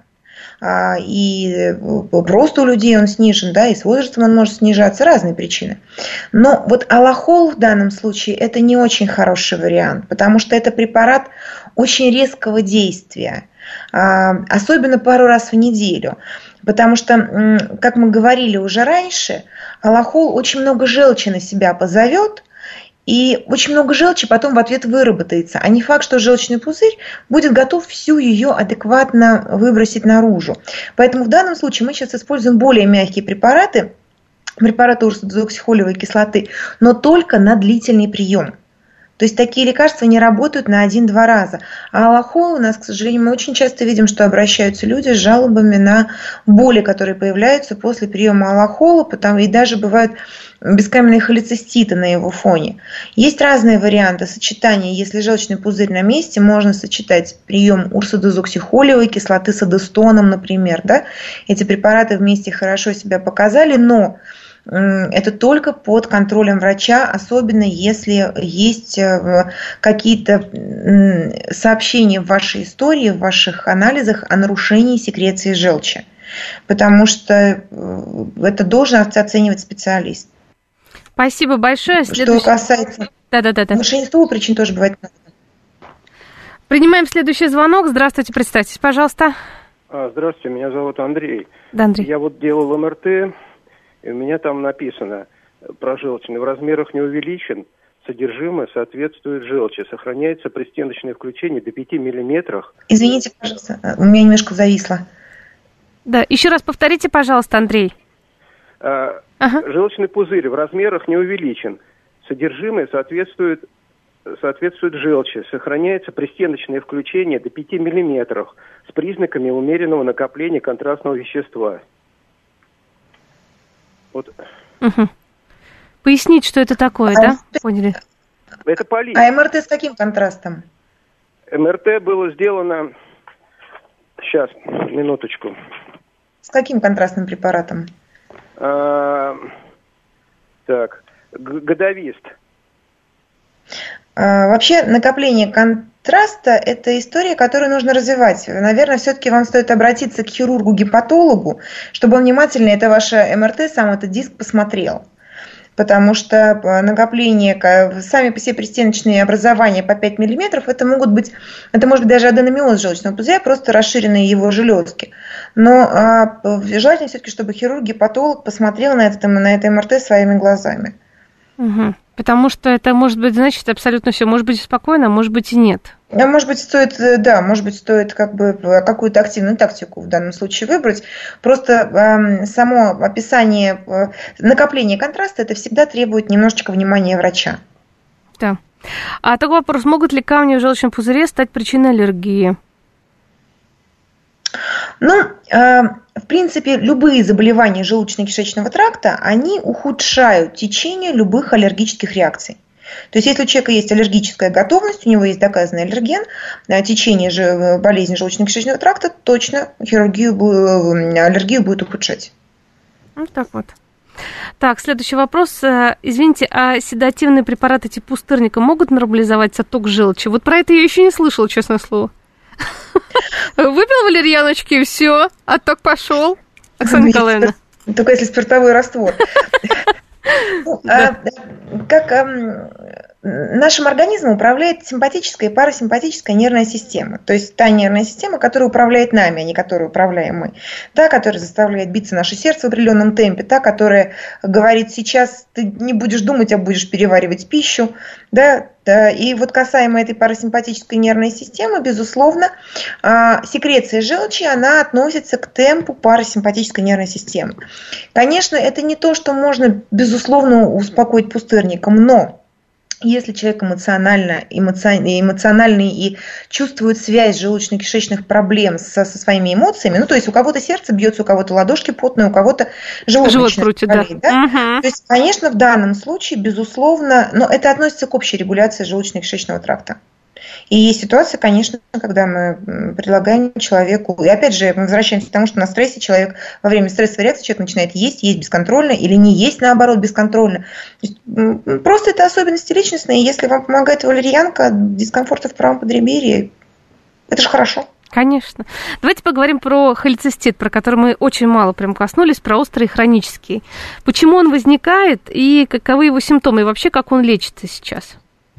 И просто у людей он снижен, да, и с возрастом он может снижаться, разные причины. Но вот аллохол в данном случае это не очень хороший вариант, потому что это препарат очень резкого действия, особенно пару раз в неделю. Потому что, как мы говорили уже раньше, аллохол очень много желчи на себя позовет, и очень много желчи потом в ответ выработается. А не факт, что желчный пузырь будет готов всю ее адекватно выбросить наружу. Поэтому в данном случае мы сейчас используем более мягкие препараты урсодезоксихолевой кислоты, но только на длительный прием. То есть такие лекарства не работают на 1-2 раза. А аллохол у нас, к сожалению, мы очень часто видим, что обращаются люди с жалобами на боли, которые появляются после приема аллохола, и даже бывают бескаменные холециститы на его фоне. Есть разные варианты сочетания. Если желчный пузырь на месте, можно сочетать прием урсодезоксихолевой кислоты с адестоном, например. Да? Эти препараты вместе хорошо себя показали, но это только под контролем врача, особенно если есть какие-то сообщения в вашей истории, в ваших анализах о нарушении секреции желчи. Потому что это должен оценивать специалист. Спасибо большое. Что касается нарушения стула, причин тоже бывает много. Принимаем следующий звонок. Здравствуйте, представьтесь, пожалуйста. Здравствуйте, меня зовут Андрей. Да, Андрей. Я вот делал МРТ, и у меня там написано про желчный. В размерах не увеличен, содержимое соответствует желчи. Сохраняется пристеночное включение до 5 миллиметров. Извините, пожалуйста, у меня немножко зависло. Да, еще раз повторите, пожалуйста, Андрей. Желчный пузырь в размерах не увеличен. Содержимое соответствует желчи. Сохраняется пристеночное включение до 5 миллиметров с признаками умеренного накопления контрастного вещества. Вот. Пояснить, что это такое, да? Поняли. Это полип. А МРТ с каким контрастом? МРТ было сделано... Сейчас, минуточку. С каким контрастным препаратом? Так, годовист. Вообще накопление контраста – это история, которую нужно развивать. Наверное, все-таки вам стоит обратиться к хирургу-гепатологу, чтобы он внимательно это ваше МРТ, сам этот диск посмотрел. Потому что накопление, сами по себе пристеночные образования по 5 мм, это может быть даже аденомиоз желчного пузыря, просто расширенные его железки. Но желательно все-таки, чтобы хирург-гепатолог посмотрел на это МРТ своими глазами. Угу. Потому что это может быть, значит, абсолютно все. Может быть, спокойно, может быть, и нет. Может быть, стоит какую-то активную тактику в данном случае выбрать. Просто само описание накопления контраста, это всегда требует немножечко внимания врача. Да. А такой вопрос, могут ли камни в желчном пузыре стать причиной аллергии? В принципе, любые заболевания желудочно-кишечного тракта, они ухудшают течение любых аллергических реакций. То есть, если у человека есть аллергическая готовность, у него есть доказанный аллерген, течение болезни желудочно-кишечного тракта, точно аллергию будет ухудшать. Вот так вот. Так, следующий вопрос. Извините, а седативные препараты типа пустырника могут нормализовать отток желчи? Вот про это я еще не слышала, честное слово. Выпил валерьяночки, и все, отток пошел. Оксана Николаевна. Только если спиртовой раствор. Нашим организмом управляет симпатическая и парасимпатическая нервная система. То есть та нервная система, которая управляет нами, а не которой управляем мы. Та, которая заставляет биться наше сердце в определенном темпе. Та, которая говорит, сейчас ты не будешь думать, а будешь переваривать пищу. Да? И вот касаемо этой парасимпатической нервной системы, безусловно, секреция желчи, она относится к темпу парасимпатической нервной системы. Конечно, это не то, что можно, безусловно, успокоить пустырником, но если человек эмоциональный и чувствует связь желудочно-кишечных проблем со своими эмоциями, то есть у кого-то сердце бьется, у кого-то ладошки потные, у кого-то живот крутит, болит, да? Угу. То есть, конечно, в данном случае, безусловно, но это относится к общей регуляции желудочно-кишечного тракта. И есть ситуация, конечно, когда мы предлагаем человеку, и опять же мы возвращаемся к тому, что на стрессе человек, во время стрессовой реакции человек начинает есть бесконтрольно или не есть, наоборот, бесконтрольно. То есть, просто это особенности личностные, и если вам помогает валерьянка, дискомфорта в правом подреберье, это же хорошо. Конечно. Давайте поговорим про холецистит, про который мы очень мало прям коснулись, про острый и хронический. Почему он возникает и каковы его симптомы, и вообще как он лечится сейчас?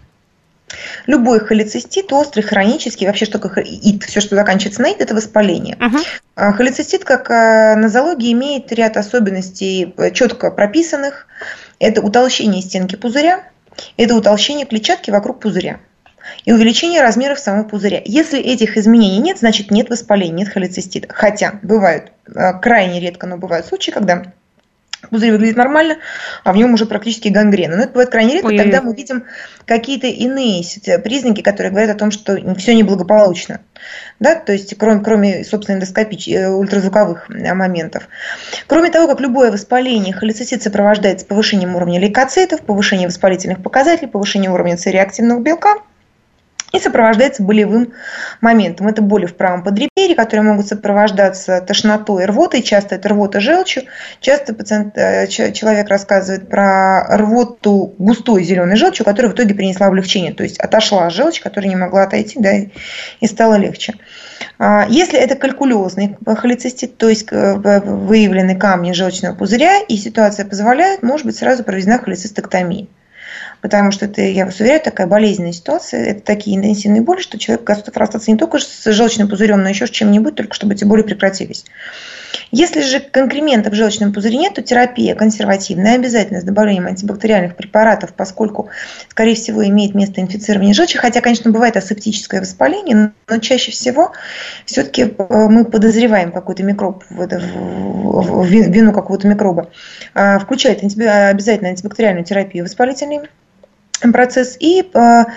Любой холецистит, острый, хронический, вообще что такое ит, все, что заканчивается на ит, это воспаление. Холецистит, как нозология, имеет ряд особенностей четко прописанных. Это утолщение стенки пузыря, это утолщение клетчатки вокруг пузыря и увеличение размеров самого пузыря. Если этих изменений нет, значит нет воспаления, нет холецистита. Хотя бывают, крайне редко, но бывают случаи, когда пузырь выглядит нормально, а в нем уже практически гангрена. Но это бывает крайне редко, тогда мы видим какие-то иные признаки, которые говорят о том, что все неблагополучно. Да? То есть, кроме собственно, ультразвуковых моментов. Кроме того, как любое воспаление, холецистит сопровождается повышением уровня лейкоцитов, повышением воспалительных показателей, повышением уровня С-реактивного белка и сопровождается болевым моментом. Это боли в правом подреберье, которые могут сопровождаться тошнотой и рвотой. Часто это рвота желчью. Часто человек рассказывает про рвоту густой зеленой желчью, которая в итоге принесла облегчение. То есть отошла желчь, которая не могла отойти, да, и стало легче. Если это калькулезный холецистит, то есть выявлены камни желчного пузыря, и ситуация позволяет, может быть сразу проведена холецистэктомия. Потому что это, я вас уверяю, такая болезненная ситуация, это такие интенсивные боли, что человек готов расстаться не только с желчным пузырем, но еще с чем-нибудь, только чтобы эти боли прекратились. Если же конкремента в желчном пузыре нет, то терапия консервативная, обязательно с добавлением антибактериальных препаратов, поскольку, скорее всего, имеет место инфицирование желчи, хотя, конечно, бывает асептическое воспаление, но чаще всего все-таки мы подозреваем какой-то микроб, вину какого-то микроба. Включает обязательно антибактериальную терапию воспалительной процесс и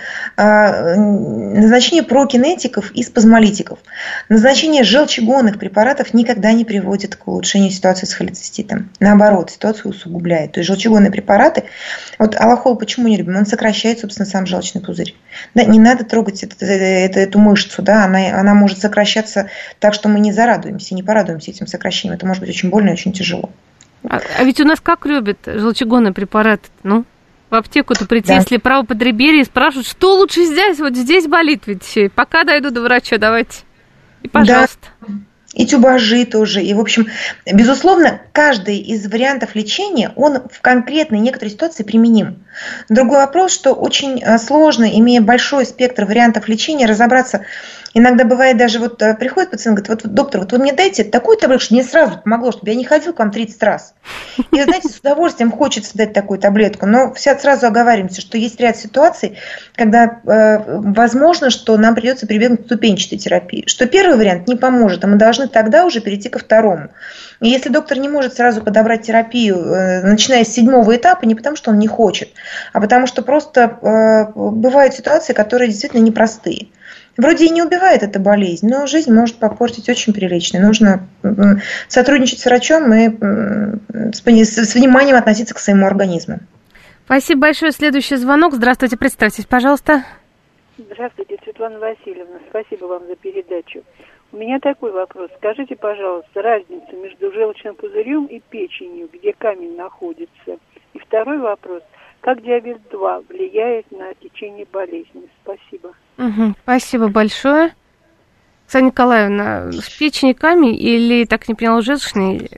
назначение прокинетиков и спазмолитиков. Назначение желчегонных препаратов никогда не приводит к улучшению ситуации с холециститом. Наоборот, ситуацию усугубляет. То есть желчегонные препараты, вот аллохол почему не любим? Он сокращает, собственно, сам желчный пузырь. Да, не надо трогать эту мышцу, да, она может сокращаться так, что мы не зарадуемся, не порадуемся этим сокращением. Это может быть очень больно и очень тяжело. А ведь у нас как любят желчегонные препараты? Ну, в аптеку-то прийти, если право подреберье, и спрашивают, что лучше здесь, вот здесь болит ведь. Пока дойду до врача, давайте. И пожалуйста. Да. И тюбажи тоже. И, в общем, безусловно, каждый из вариантов лечения, он в конкретной некоторой ситуации применим. Другой вопрос, что очень сложно, имея большой спектр вариантов лечения, разобраться. Иногда бывает даже, вот приходит пациент, говорит, вот, доктор, вот вы мне дайте такую таблетку, чтобы мне сразу помогло, чтобы я не ходил к вам 30 раз. И вы знаете, с удовольствием хочется дать такую таблетку, но сразу оговариваемся, что есть ряд ситуаций, когда возможно, что нам придется прибегнуть к ступенчатой терапии, что первый вариант не поможет, а мы должны тогда уже перейти ко второму. И если доктор не может сразу подобрать терапию, начиная с 7-го этапа, не потому что он не хочет, а потому что просто бывают ситуации, которые действительно непростые. Вроде и не убивает эта болезнь, но жизнь может попортить очень прилично. Нужно сотрудничать с врачом и с вниманием относиться к своему организму. Спасибо большое. Следующий звонок. Здравствуйте, представьтесь, пожалуйста. Здравствуйте, Светлана Васильевна. Спасибо вам за передачу. У меня такой вопрос. Скажите, пожалуйста, разницу между желчным пузырем и печенью, где камень находится? И второй вопрос. Как диабет 2 влияет на течение болезни? Спасибо. Спасибо большое. Оксана Николаевна, в печени камень или, так не поняла, желчный?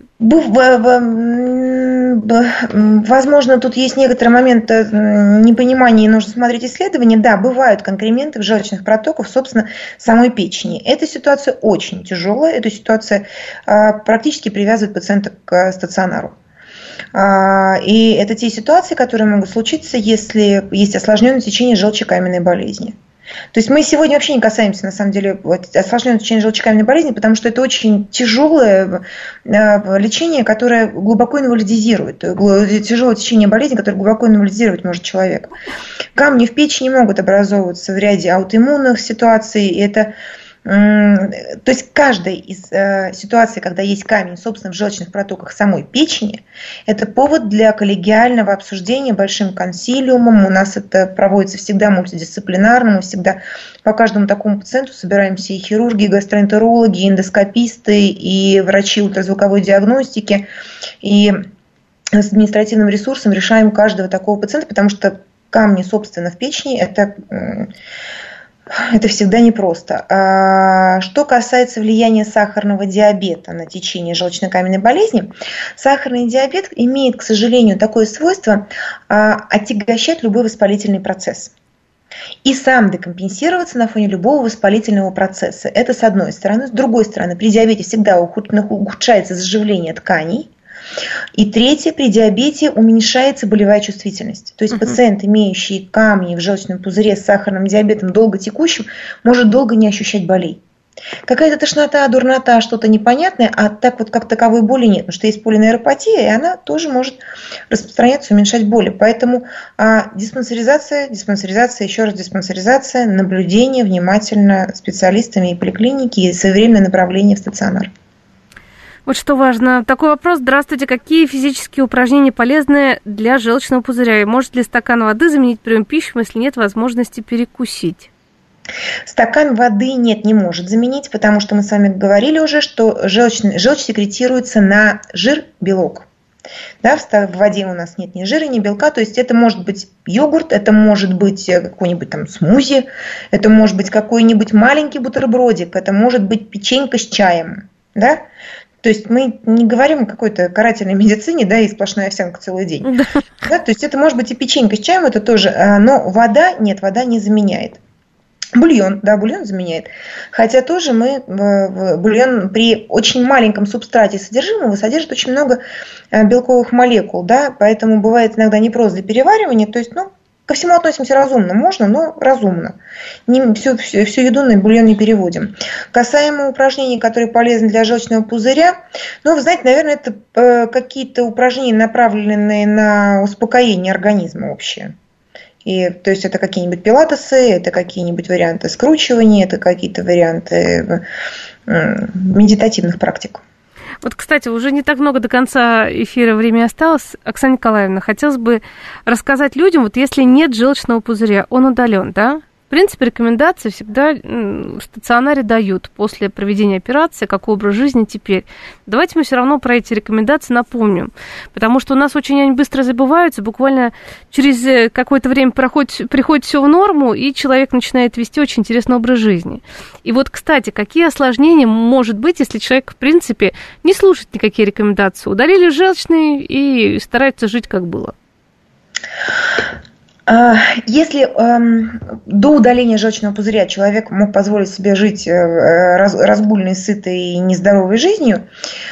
Возможно, тут есть некоторый момент непонимания, и нужно смотреть исследования. Да, бывают конкременты в желчных протоках, собственно, самой печени. Эта ситуация очень тяжелая, эта ситуация практически привязывает пациента к стационару. И это те ситуации, которые могут случиться, если есть осложненное течение желчекаменной болезни. То есть мы сегодня вообще не касаемся, на самом деле, осложненного течения желчекаменной болезни, потому что это очень тяжелое лечение, которое глубоко инвалидизирует. Тяжелое течение болезни, которое глубоко инвалидизировать может человека. Камни в печени могут образовываться в ряде аутоиммунных ситуаций, и это... То есть каждая из ситуаций, когда есть камень, собственно, в желчных протоках самой печени, это повод для коллегиального обсуждения большим консилиумом. У нас это проводится всегда мультидисциплинарно, мы всегда по каждому такому пациенту собираемся и хирурги, и гастроэнтерологи, и эндоскописты, и врачи ультразвуковой диагностики, и с административным ресурсом решаем каждого такого пациента, потому что камни, собственно, в печени это всегда непросто. Что касается влияния сахарного диабета на течение желчнокаменной болезни, сахарный диабет имеет, к сожалению, такое свойство отягощать любой воспалительный процесс и сам декомпенсироваться на фоне любого воспалительного процесса. Это с одной стороны. С другой стороны, при диабете всегда ухудшается заживление тканей. И третье, при диабете уменьшается болевая чувствительность. То есть пациент, имеющий камни в желчном пузыре с сахарным диабетом долго текущим, может долго не ощущать болей. Какая-то тошнота, дурнота, что-то непонятное, а так вот как таковой боли нет. Потому что есть полинейропатия, и она тоже может распространяться, уменьшать боли. Поэтому диспансеризация, еще раз диспансеризация, наблюдение внимательно специалистами и поликлиники, и своевременное направление в стационар. Вот что важно. Такой вопрос. Здравствуйте. Какие физические упражнения полезны для желчного пузыря? И может ли стакан воды заменить прием пищи, если нет возможности перекусить? Стакан воды не может заменить, потому что мы с вами говорили уже, что желчь секретируется на жир, белок. Да, в воде у нас нет ни жира, ни белка, то есть это может быть йогурт, это может быть какой-нибудь там смузи, это может быть какой-нибудь маленький бутербродик, это может быть печенька с чаем, да? То есть мы не говорим о какой-то карательной медицине, да, и сплошная овсянка целый день. Да, то есть это может быть и печенька с чаем, это тоже, но вода не заменяет. Бульон, да, бульон заменяет. Хотя тоже бульон при очень маленьком субстрате содержимого содержит очень много белковых молекул, да, поэтому бывает иногда непросто для переваривания, то есть, ко всему относимся разумно, можно, но разумно. Всю еду на бульон не переводим. Касаемо упражнений, которые полезны для желчного пузыря, вы знаете, наверное, это какие-то упражнения, направленные на успокоение организма общее. То есть это какие-нибудь пилатесы, это какие-нибудь варианты скручивания, это какие-то варианты медитативных практик. Вот, кстати, уже не так много до конца эфира времени осталось. Оксана Николаевна, хотелось бы рассказать людям, вот если нет желчного пузыря, он удален, да? принципе, рекомендации всегда в стационаре дают после проведения операции, какой образ жизни теперь. Давайте мы все равно про эти рекомендации напомним, потому что у нас очень они быстро забываются, буквально через какое-то время приходит все в норму, и человек начинает вести очень интересный образ жизни. И вот, кстати, какие осложнения может быть, если человек, в принципе, не слушает никакие рекомендации, удалили желчный и старается жить, как было? Если до удаления желчного пузыря человек мог позволить себе жить разгульной, сытой и нездоровой жизнью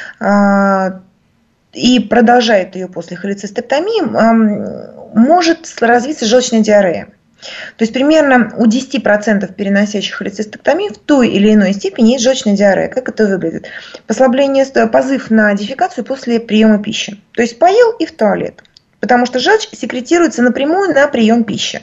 и продолжает ее после холецистектомии, может развиться желчная диарея. То есть примерно у 10% переносящих холецистектомию в той или иной степени есть желчная диарея. Как это выглядит? Послабление, позыв на дефекацию после приема пищи. То есть поел и в туалет. Потому что желчь секретируется напрямую на прием пищи.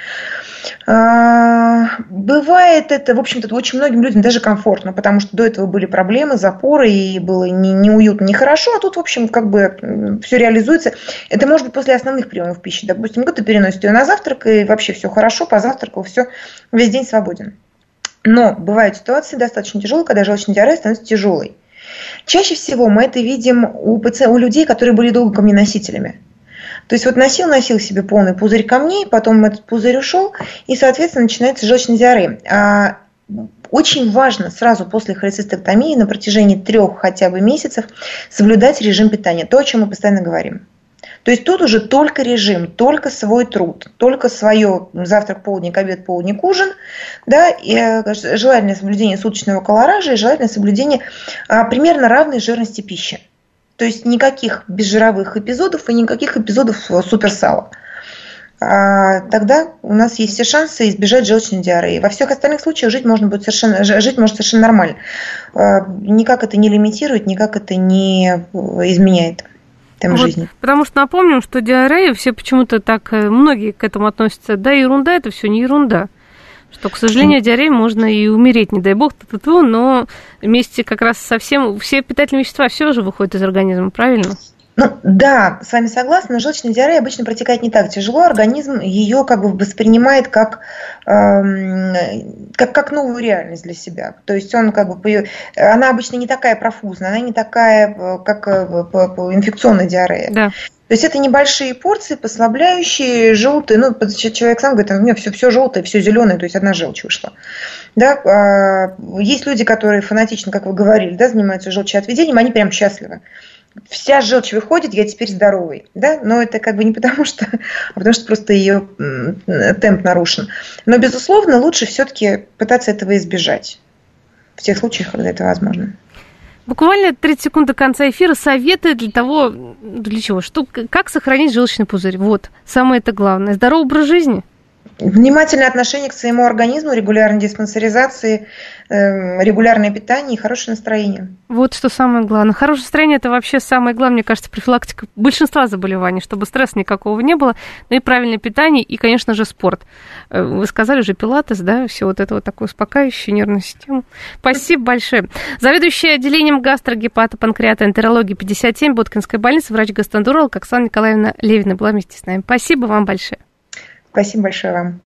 Бывает это, в общем-то, очень многим людям даже комфортно, потому что до этого были проблемы, запоры, и было неуютно, нехорошо, а тут, в общем, как бы все реализуется. Это может быть после основных приемов пищи. Допустим, кто-то переносит ее на завтрак, и вообще все хорошо, позавтракал, все, весь день свободен. Но бывают ситуации достаточно тяжелые, когда желчная диарея становится тяжелой. Чаще всего мы это видим у людей, которые были долго камненосителями. То есть вот носил себе полный пузырь камней, потом этот пузырь ушел, и, соответственно, начинается желчная диарея. Очень важно сразу после холецистектомии на протяжении 3 хотя бы месяцев соблюдать режим питания, то, о чем мы постоянно говорим. То есть тут уже только режим, только свой труд, только свое завтрак, полдник, обед, полдник, ужин, да, и желательное соблюдение суточного колоража и желательное соблюдение примерно равной жирности пищи. То есть никаких безжировых эпизодов и никаких эпизодов суперсала. Тогда у нас есть все шансы избежать желчной диареи. Во всех остальных случаях жить можно совершенно нормально. Никак это не лимитирует, никак это не изменяет темп жизни. Потому что напомним, что диарея, все почему-то так, многие к этому относятся, да, ерунда, это все не ерунда. Что, к сожалению, диареей можно и умереть, не дай бог, но вместе как раз совсем все питательные вещества все же выходят из организма, правильно? Ну да, с вами согласна, но желчная диарея обычно протекает не так тяжело, организм ее как бы воспринимает как новую реальность для себя. То есть он как бы, она обычно не такая профузная, она не такая, как инфекционная диарея. Да. То есть это небольшие порции, послабляющие, желтые. Ну, человек сам говорит, у меня все желтое, все зеленое, то есть одна желчь вышла. Да? Есть люди, которые фанатично, как вы говорили, да, занимаются желчеотведением, они прям счастливы. Вся желчь выходит, я теперь здоровый. Да? Но это как бы не потому что, а потому что просто ее темп нарушен. Но, безусловно, лучше все-таки пытаться этого избежать в тех случаях, когда это возможно. Буквально 30 секунд до конца эфира советы для чего? Как сохранить желчный пузырь? Вот, самое это главное. Здоровый образ жизни? Внимательное отношение к своему организму, регулярной диспансеризации, регулярное питание и хорошее настроение. Вот что самое главное. Хорошее настроение – это вообще самое главное, мне кажется, профилактика большинства заболеваний, чтобы стресса никакого не было, ну и правильное питание, и, конечно же, спорт. Вы сказали уже пилатес, да, все вот это вот такое успокаивающее нервную систему. Спасибо большое. Заведующая отделением гастрогепатопанкреатоэнтерологии 57 Боткинской больницы, врач-гастроэнтеролог Оксана Николаевна Левина была вместе с нами. Спасибо вам большое. Спасибо большое вам.